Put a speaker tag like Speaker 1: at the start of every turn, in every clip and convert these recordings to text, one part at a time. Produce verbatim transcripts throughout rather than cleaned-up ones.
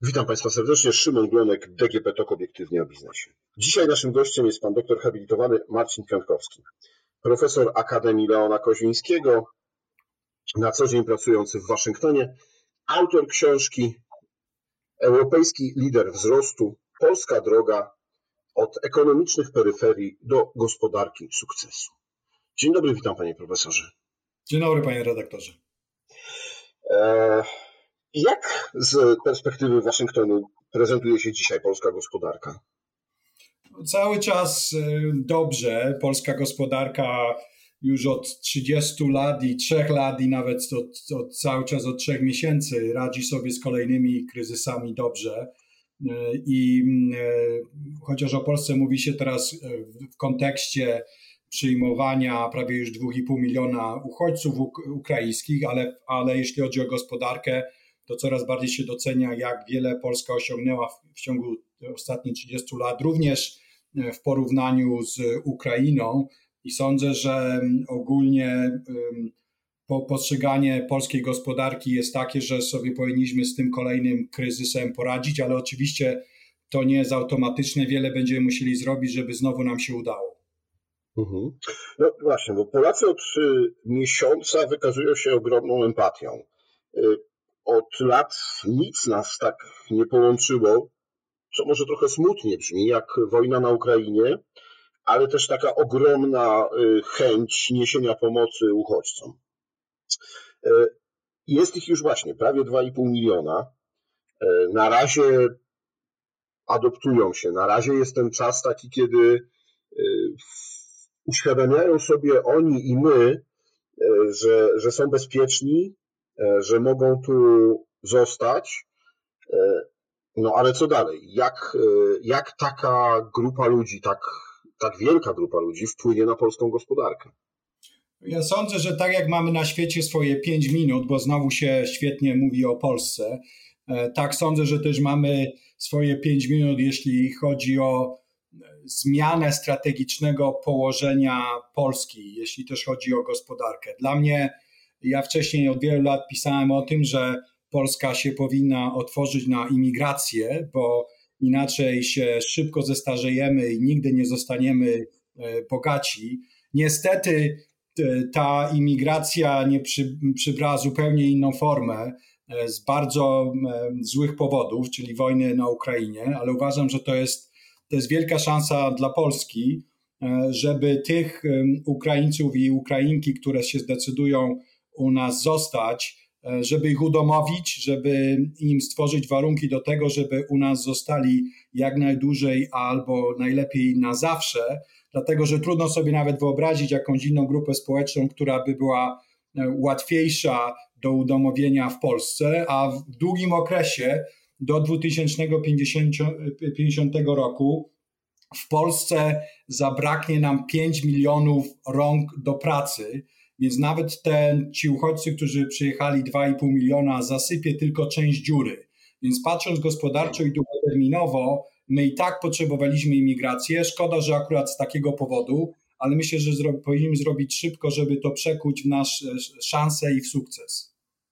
Speaker 1: Witam Państwa serdecznie, Szymon Glonek, D G P T O K, obiektywnie o biznesie. Dzisiaj naszym gościem jest pan doktor habilitowany Marcin Piątkowski, profesor Akademii Leona Koźmińskiego, na co dzień pracujący w Waszyngtonie, autor książki Europejski lider wzrostu, Polska droga od ekonomicznych peryferii do gospodarki sukcesu. Dzień dobry, witam panie profesorze.
Speaker 2: Dzień dobry panie redaktorze.
Speaker 1: E... Jak z perspektywy Waszyngtonu prezentuje się dzisiaj polska gospodarka?
Speaker 2: Cały czas dobrze. Polska gospodarka już od trzydziestu lat i trzech lat i nawet od, od, cały czas od trzech miesięcy radzi sobie z kolejnymi kryzysami dobrze. I chociaż o Polsce mówi się teraz w kontekście przyjmowania prawie już dwa i pół miliona uchodźców ukraińskich, ale, ale jeśli chodzi o gospodarkę, to coraz bardziej się docenia, jak wiele Polska osiągnęła w, w ciągu ostatnich trzydziestu lat, również w porównaniu z Ukrainą. I sądzę, że ogólnie po, postrzeganie polskiej gospodarki jest takie, że sobie powinniśmy z tym kolejnym kryzysem poradzić, ale oczywiście to nie jest automatyczne. Wiele będziemy musieli zrobić, żeby znowu nam się udało.
Speaker 1: Mhm. No właśnie, bo Polacy od miesiąca wykazują się ogromną empatią. Od lat nic nas tak nie połączyło, co może trochę smutnie brzmi, jak wojna na Ukrainie, ale też taka ogromna chęć niesienia pomocy uchodźcom. Jest ich już właśnie prawie dwa i pół miliona. Na razie adoptują się, na razie jest ten czas taki, kiedy uświadamiają sobie oni i my, że, że są bezpieczni, że mogą tu zostać, no ale co dalej? Jak, jak taka grupa ludzi, tak, tak wielka grupa ludzi wpłynie na polską gospodarkę?
Speaker 2: Ja sądzę, że tak jak mamy na świecie swoje pięć minut, bo znowu się świetnie mówi o Polsce, tak sądzę, że też mamy swoje pięć minut, jeśli chodzi o zmianę strategicznego położenia Polski, jeśli też chodzi o gospodarkę. Dla mnie, ja wcześniej od wielu lat pisałem o tym, że Polska się powinna otworzyć na imigrację, bo inaczej się szybko zestarzejemy i nigdy nie zostaniemy bogaci. Niestety ta imigracja nie przy, przybrała zupełnie inną formę z bardzo złych powodów, czyli wojny na Ukrainie, ale uważam, że to jest, to jest wielka szansa dla Polski, żeby tych Ukraińców i Ukrainki, które się zdecydują u nas zostać, żeby ich udomowić, żeby im stworzyć warunki do tego, żeby u nas zostali jak najdłużej albo najlepiej na zawsze, dlatego że trudno sobie nawet wyobrazić jakąś inną grupę społeczną, która by była łatwiejsza do udomowienia w Polsce, a w długim okresie do dwa tysiące pięćdziesiątego roku w Polsce zabraknie nam pięć milionów rąk do pracy. Więc nawet te, ci uchodźcy, którzy przyjechali dwa i pół miliona, zasypie tylko część dziury. Więc patrząc gospodarczo i długoterminowo, my i tak potrzebowaliśmy imigrację. Szkoda, że akurat z takiego powodu, ale myślę, że zro, powinniśmy zrobić szybko, żeby to przekuć w nasz szansę i w sukces.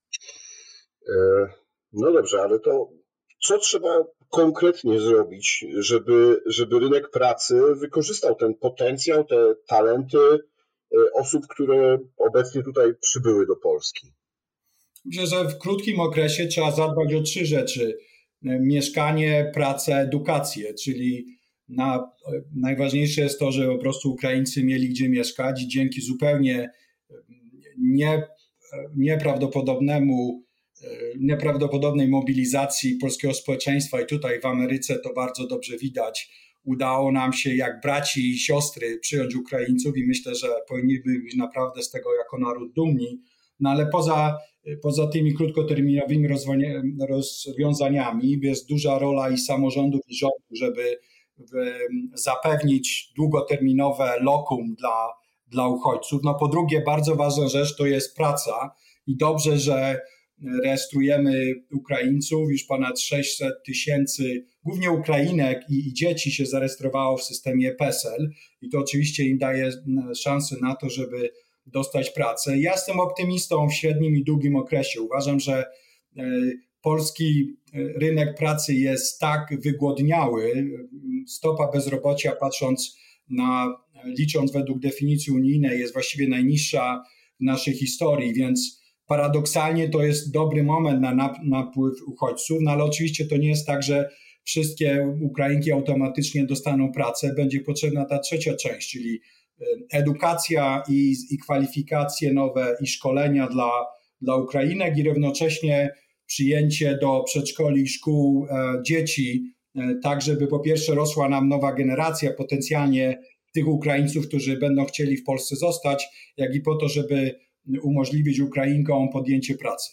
Speaker 1: No dobrze, ale to co trzeba konkretnie zrobić, żeby, żeby rynek pracy wykorzystał ten potencjał, te talenty osób, które obecnie tutaj przybyły do Polski?
Speaker 2: Myślę, że w krótkim okresie trzeba zadbać o trzy rzeczy. Mieszkanie, pracę, edukację, czyli na, najważniejsze jest to, że po prostu Ukraińcy mieli gdzie mieszkać i dzięki zupełnie nie, nieprawdopodobnemu, nieprawdopodobnej mobilizacji polskiego społeczeństwa i tutaj w Ameryce to bardzo dobrze widać, udało nam się jak braci i siostry przyjąć Ukraińców i myślę, że powinniśmy być naprawdę z tego jako naród dumni. No ale poza, poza tymi krótkoterminowymi rozwiązaniami jest duża rola i samorządów, i rządu, żeby zapewnić długoterminowe lokum dla, dla uchodźców. No po drugie, bardzo ważna rzecz to jest praca i dobrze, że rejestrujemy Ukraińców, już ponad sześćset tysięcy, głównie Ukrainek i, i dzieci się zarejestrowało w systemie PESEL i to oczywiście im daje szansę na to, żeby dostać pracę. Ja jestem optymistą w średnim i długim okresie. Uważam, że polski rynek pracy jest tak wygłodniały, stopa bezrobocia patrząc na, licząc według definicji unijnej jest właściwie najniższa w naszej historii, więc paradoksalnie to jest dobry moment na napływ uchodźców, no ale oczywiście to nie jest tak, że wszystkie Ukrainki automatycznie dostaną pracę, będzie potrzebna ta trzecia część, czyli edukacja i, i kwalifikacje nowe i szkolenia dla, dla Ukrainek i równocześnie przyjęcie do przedszkoli i szkół e, dzieci, e, tak żeby po pierwsze rosła nam nowa generacja potencjalnie tych Ukraińców, którzy będą chcieli w Polsce zostać, jak i po to, żeby umożliwić Ukrainkom podjęcie pracy.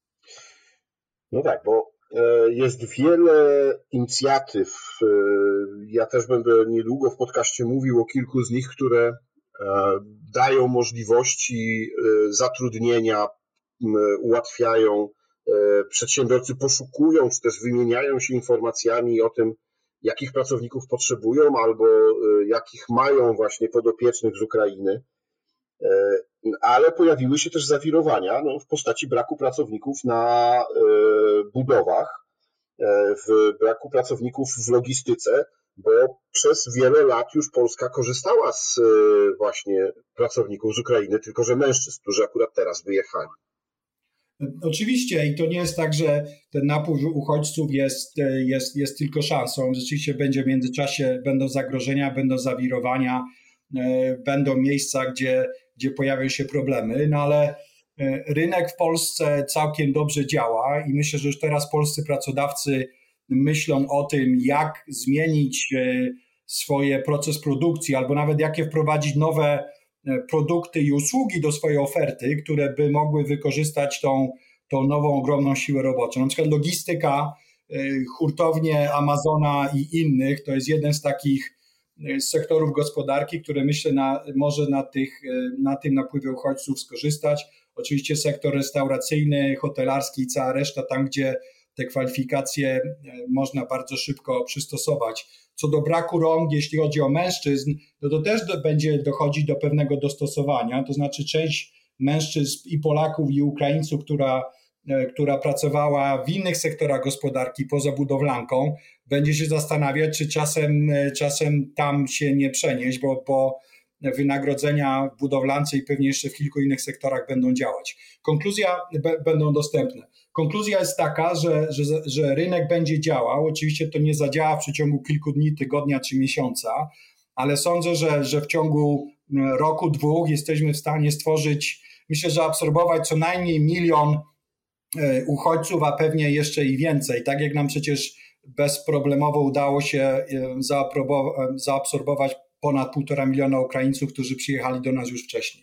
Speaker 1: No tak, bo jest wiele inicjatyw. Ja też będę niedługo w podcaście mówił o kilku z nich, które dają możliwości zatrudnienia, ułatwiają, przedsiębiorcy poszukują, czy też wymieniają się informacjami o tym, jakich pracowników potrzebują albo jakich mają właśnie podopiecznych z Ukrainy. Ale pojawiły się też zawirowania no, w postaci braku pracowników na e, budowach, e, w braku pracowników w logistyce, bo przez wiele lat już Polska korzystała z e, właśnie pracowników z Ukrainy, tylko że mężczyzn, którzy akurat teraz wyjechali.
Speaker 2: Oczywiście i to nie jest tak, że ten napływ uchodźców jest, jest, jest tylko szansą. Rzeczywiście będzie w międzyczasie, będą zagrożenia, będą zawirowania, będą miejsca, gdzie, gdzie pojawią się problemy, no ale rynek w Polsce całkiem dobrze działa i myślę, że już teraz polscy pracodawcy myślą o tym, jak zmienić swoje proces produkcji albo nawet jakie wprowadzić nowe produkty i usługi do swojej oferty, które by mogły wykorzystać tą, tą nową, ogromną siłę roboczą. Na przykład logistyka, hurtownie Amazona i innych to jest jeden z takich sektorów gospodarki, które myślę na, może na, tych, na tym napływie uchodźców skorzystać. Oczywiście sektor restauracyjny, hotelarski i cała reszta, tam gdzie te kwalifikacje można bardzo szybko przystosować. Co do braku rąk, jeśli chodzi o mężczyzn, no to też do, będzie dochodzić do pewnego dostosowania, to znaczy część mężczyzn i Polaków i Ukraińców, która, która pracowała w innych sektorach gospodarki poza budowlanką, będzie się zastanawiać, czy czasem, czasem tam się nie przenieść, bo, bo wynagrodzenia w budowlance i pewnie jeszcze w kilku innych sektorach będą działać. Konkluzja b- będą dostępne. Konkluzja jest taka, że, że, że rynek będzie działał. Oczywiście to nie zadziała w przeciągu kilku dni, tygodnia czy miesiąca, ale sądzę, że, że w ciągu roku, dwóch jesteśmy w stanie stworzyć, myślę, że absorbować co najmniej milion uchodźców, a pewnie jeszcze i więcej. Tak jak nam przecież bezproblemowo udało się zaabsorbować ponad półtora miliona Ukraińców, którzy przyjechali do nas już wcześniej.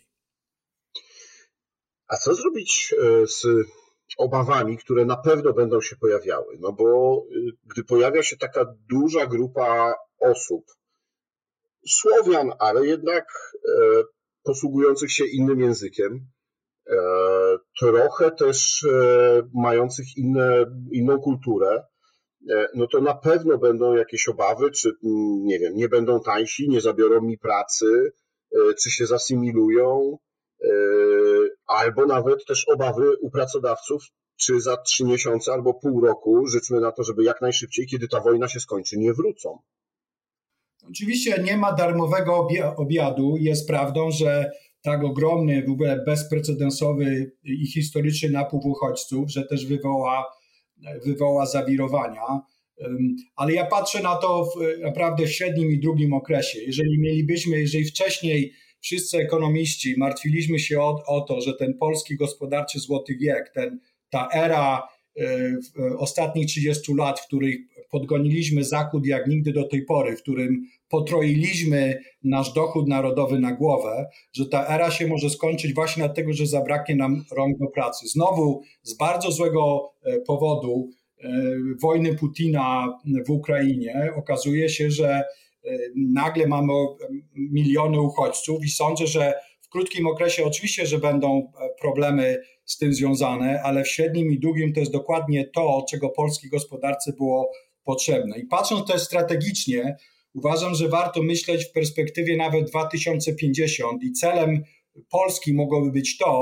Speaker 1: A co zrobić z obawami, które na pewno będą się pojawiały? No bo gdy pojawia się taka duża grupa osób, Słowian, ale jednak posługujących się innym językiem, trochę też mających inne, inną kulturę, no to na pewno będą jakieś obawy, czy nie wiem, nie będą tańsi, nie zabiorą mi pracy, czy się zasymilują, albo nawet też obawy u pracodawców, czy za trzy miesiące albo pół roku, życzmy na to, żeby jak najszybciej, kiedy ta wojna się skończy, nie wrócą.
Speaker 2: Oczywiście nie ma darmowego obiadu. Jest prawdą, że tak ogromny, w ogóle bezprecedensowy i historyczny napływ uchodźców, że też wywoła, wywoła zawirowania. Ale ja patrzę na to w, naprawdę w średnim i długim okresie. Jeżeli mielibyśmy, jeżeli wcześniej wszyscy ekonomiści martwiliśmy się o, o to, że ten polski gospodarczy złoty wiek, ten, ta era ostatnich trzydziestu lat, w których podgoniliśmy Zachód jak nigdy do tej pory, w którym potroiliśmy nasz dochód narodowy na głowę, że ta era się może skończyć właśnie dlatego, że zabraknie nam rąk do pracy. Znowu z bardzo złego powodu wojny Putina w Ukrainie okazuje się, że nagle mamy miliony uchodźców i sądzę, że w krótkim okresie oczywiście, że będą problemy z tym związane, ale w średnim i długim to jest dokładnie to, czego polskiej gospodarce było potrzebne. I patrząc też strategicznie, uważam, że warto myśleć w perspektywie nawet dwa tysiące pięćdziesiąt i celem Polski mogłoby być to,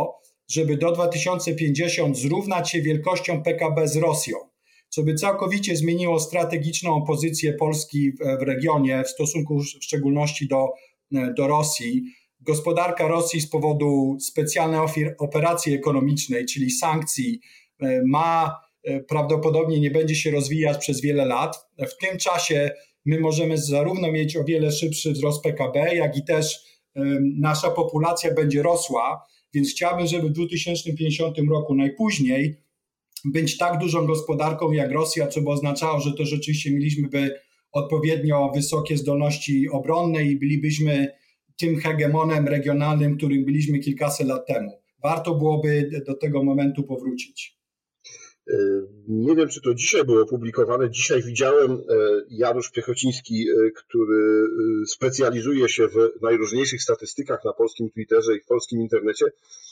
Speaker 2: żeby do dwa tysiące pięćdziesiątego zrównać się wielkością P K B z Rosją, co by całkowicie zmieniło strategiczną pozycję Polski w, w regionie w stosunku w szczególności do, do Rosji. Gospodarka Rosji z powodu specjalnej operacji ekonomicznej, czyli sankcji, ma prawdopodobnie nie będzie się rozwijać przez wiele lat. W tym czasie my możemy zarówno mieć o wiele szybszy wzrost P K B, jak i też nasza populacja będzie rosła, więc chciałbym, żeby w dwa tysiące pięćdziesiątym roku najpóźniej być tak dużą gospodarką jak Rosja, co by oznaczało, że to rzeczywiście mieliśmy by odpowiednio wysokie zdolności obronne i bylibyśmy tym hegemonem regionalnym, którym byliśmy kilkaset lat temu. Warto byłoby do tego momentu powrócić.
Speaker 1: Nie wiem, czy to dzisiaj było opublikowane. Dzisiaj widziałem Janusz Piechociński, który specjalizuje się w najróżniejszych statystykach na polskim Twitterze i w polskim internecie.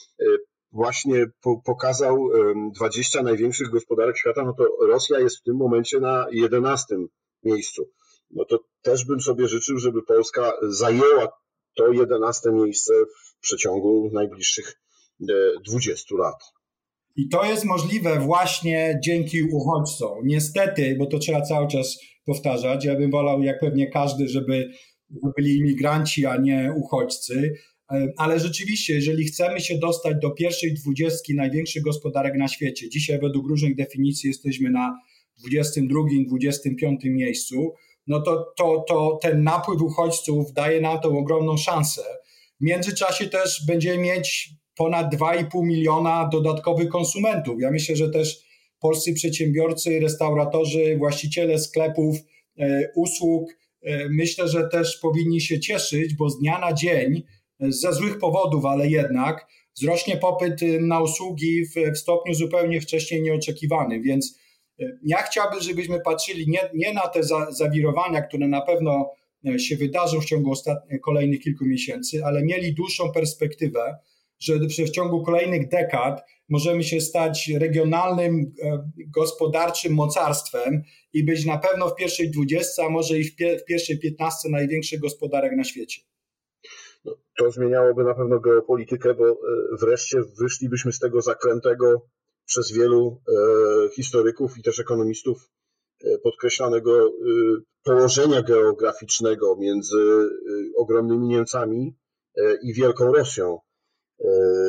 Speaker 1: Właśnie pokazał dwadzieścia największych gospodarek świata, no to Rosja jest w tym momencie na jedenastym miejscu. No to też bym sobie życzył, żeby Polska zajęła to jedenaste miejsce w przeciągu najbliższych dwudziestu lat.
Speaker 2: I to jest możliwe właśnie dzięki uchodźcom. Niestety, bo to trzeba cały czas powtarzać, ja bym wolał, jak pewnie każdy, żeby byli imigranci, a nie uchodźcy, ale rzeczywiście, jeżeli chcemy się dostać do pierwszej dwudziestki największych gospodarek na świecie, dzisiaj według różnych definicji jesteśmy na dwudziestym drugim, dwudziestym piątym miejscu, no to, to, to ten napływ uchodźców daje nam tą ogromną szansę. W międzyczasie też będziemy mieć ponad dwa i pół miliona dodatkowych konsumentów. Ja myślę, że też polscy przedsiębiorcy, restauratorzy, właściciele sklepów, e, usług, e, myślę, że też powinni się cieszyć, bo z dnia na dzień, ze złych powodów, ale jednak wzrośnie popyt na usługi w, w stopniu zupełnie wcześniej nieoczekiwanym, więc ja chciałbym, żebyśmy patrzyli nie, nie na te za, zawirowania, które na pewno się wydarzą w ciągu ostatnich, kolejnych kilku miesięcy, ale mieli dłuższą perspektywę, że w ciągu kolejnych dekad możemy się stać regionalnym, gospodarczym mocarstwem i być na pewno w pierwszej dwudziestce, a może i w, pie, w pierwszej piętnastce największych gospodarek na świecie.
Speaker 1: No, to zmieniałoby na pewno geopolitykę, bo wreszcie wyszlibyśmy z tego zaklętego przez wielu e, historyków i też ekonomistów e, podkreślanego e, położenia geograficznego między e, ogromnymi Niemcami e, i Wielką Rosją. E,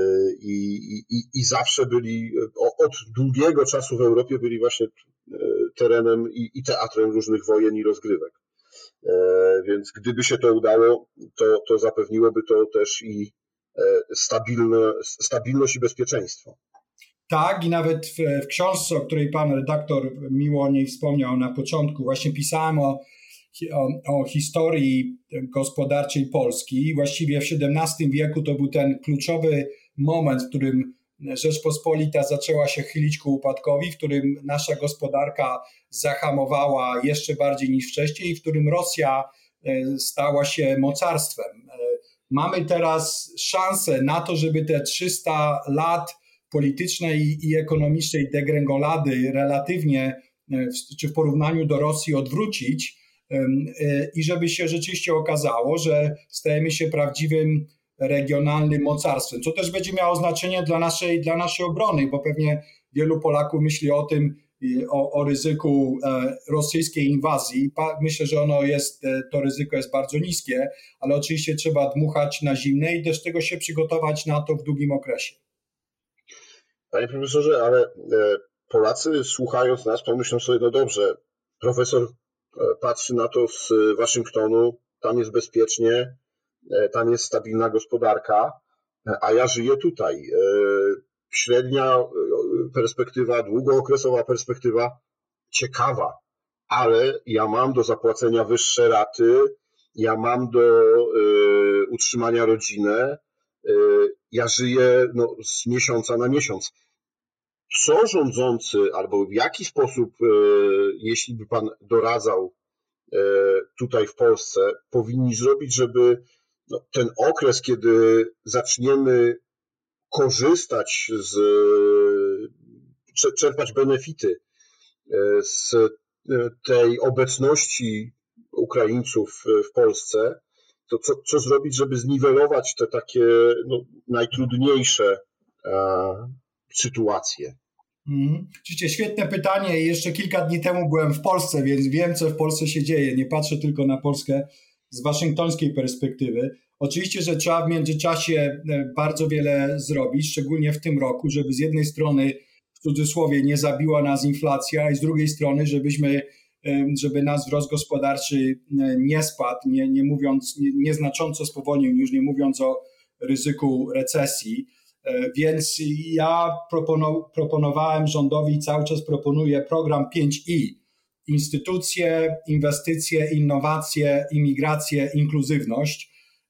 Speaker 1: i, i, I zawsze byli, o, od długiego czasu w Europie byli właśnie e, terenem i, i teatrem różnych wojen i rozgrywek. E, więc gdyby się to udało, to, to zapewniłoby to też i e, stabilne, stabilność i bezpieczeństwo.
Speaker 2: Tak, i nawet w, w książce, o której pan redaktor miło o niej wspomniał na początku, właśnie pisałem o, o, o historii gospodarczej Polski. Właściwie w siedemnastym wieku to był ten kluczowy moment, w którym Rzeczpospolita zaczęła się chylić ku upadkowi, w którym nasza gospodarka zahamowała jeszcze bardziej niż wcześniej i w którym Rosja stała się mocarstwem. Mamy teraz szansę na to, żeby te trzysta lat politycznej i ekonomicznej degrengolady relatywnie, czy w porównaniu do Rosji odwrócić i żeby się rzeczywiście okazało, że stajemy się prawdziwym regionalnym mocarstwem, co też będzie miało znaczenie dla naszej, dla naszej obrony, bo pewnie wielu Polaków myśli o tym, o, o ryzyku rosyjskiej inwazji. Myślę, że ono jest, to ryzyko jest bardzo niskie, ale oczywiście trzeba dmuchać na zimne i też tego się przygotować na to w długim okresie.
Speaker 1: Panie profesorze, ale Polacy słuchając nas pomyślą sobie, no dobrze, profesor patrzy na to z Waszyngtonu, tam jest bezpiecznie, tam jest stabilna gospodarka, a ja żyję tutaj. Średnia perspektywa, długookresowa perspektywa ciekawa, ale ja mam do zapłacenia wyższe raty, ja mam do utrzymania rodzinę, ja żyję no, z miesiąca na miesiąc. Co rządzący, albo w jaki sposób, jeśli by pan doradzał tutaj w Polsce, powinni zrobić, żeby no, ten okres, kiedy zaczniemy korzystać z, czerpać benefity z tej obecności Ukraińców w Polsce, to co, co zrobić, żeby zniwelować te takie no, najtrudniejsze sytuację?
Speaker 2: Mhm. Oczywiście świetne pytanie. Jeszcze kilka dni temu byłem w Polsce, więc wiem, co w Polsce się dzieje. Nie patrzę tylko na Polskę z waszyngtońskiej perspektywy. Oczywiście, że trzeba w międzyczasie bardzo wiele zrobić, szczególnie w tym roku, żeby z jednej strony, w cudzysłowie, nie zabiła nas inflacja, i z drugiej strony, żebyśmy, żeby nasz wzrost gospodarczy nie spadł, nie, nie mówiąc, nie, nieznacząco spowolnił, już nie mówiąc o ryzyku recesji. Więc ja proponowałem rządowi, cały czas proponuję program pięć I. Instytucje, inwestycje, innowacje, imigracje, inkluzywność.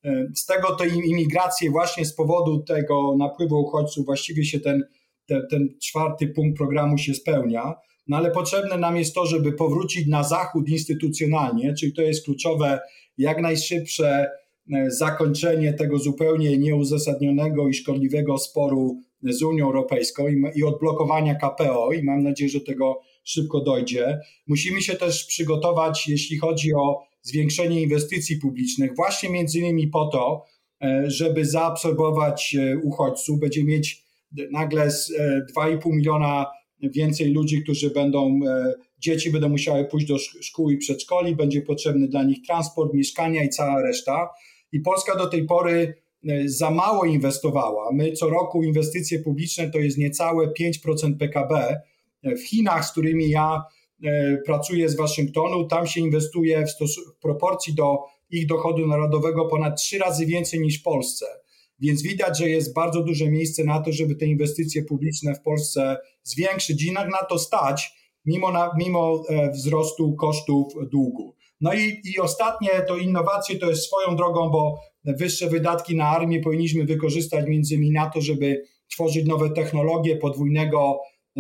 Speaker 2: Z tego to imigracje właśnie z powodu tego napływu uchodźców właściwie się ten, ten, ten czwarty punkt programu się spełnia. No ale potrzebne nam jest to, żeby powrócić na zachód instytucjonalnie, czyli to jest kluczowe, jak najszybsze zakończenie tego zupełnie nieuzasadnionego i szkodliwego sporu z Unią Europejską i, i odblokowania K P O, i mam nadzieję, że do tego szybko dojdzie. Musimy się też przygotować, jeśli chodzi o zwiększenie inwestycji publicznych, właśnie między innymi po to, żeby zaabsorbować uchodźców. Będzie mieć nagle dwa i pół miliona więcej ludzi, którzy będą, dzieci będą musiały pójść do szkół i przedszkoli, będzie potrzebny dla nich transport, mieszkania i cała reszta. I Polska do tej pory za mało inwestowała. My co roku inwestycje publiczne to jest niecałe pięć procent P K B. W Chinach, z którymi ja pracuję z Waszyngtonu, tam się inwestuje w, stos- w proporcji do ich dochodu narodowego ponad trzy razy więcej niż w Polsce. Więc widać, że jest bardzo duże miejsce na to, żeby te inwestycje publiczne w Polsce zwiększyć i na to stać, mimo, na, mimo wzrostu kosztów długu. No i, i ostatnie to innowacje, to jest swoją drogą, bo wyższe wydatki na armię powinniśmy wykorzystać między innymi na to, żeby tworzyć nowe technologie podwójnego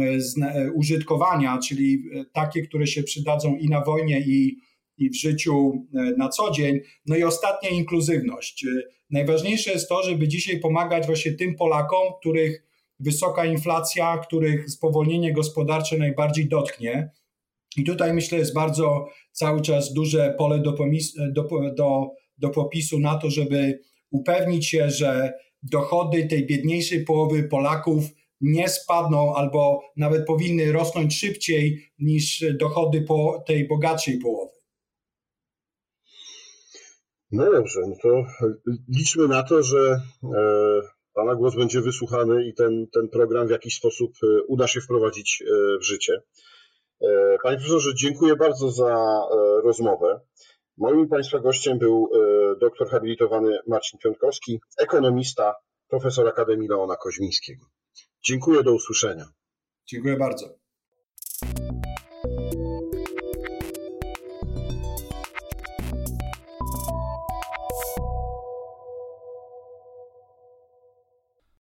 Speaker 2: użytkowania, czyli takie, które się przydadzą i na wojnie, i, i w życiu na co dzień. No i ostatnia inkluzywność. Najważniejsze jest to, żeby dzisiaj pomagać właśnie tym Polakom, których wysoka inflacja, których spowolnienie gospodarcze najbardziej dotknie. I tutaj myślę, jest bardzo cały czas duże pole do, pomis- do, do, do popisu na to, żeby upewnić się, że dochody tej biedniejszej połowy Polaków nie spadną albo nawet powinny rosnąć szybciej niż dochody po tej bogatszej połowy.
Speaker 1: No dobrze, no to liczmy na to, że Pana głos będzie wysłuchany i ten, ten program w jakiś sposób uda się wprowadzić w życie. Panie profesorze, dziękuję bardzo za rozmowę. Moim Państwa gościem był doktor habilitowany Marcin Pionkowski, ekonomista, profesor Akademii Leona Koźmińskiego. Dziękuję, do usłyszenia.
Speaker 2: Dziękuję bardzo.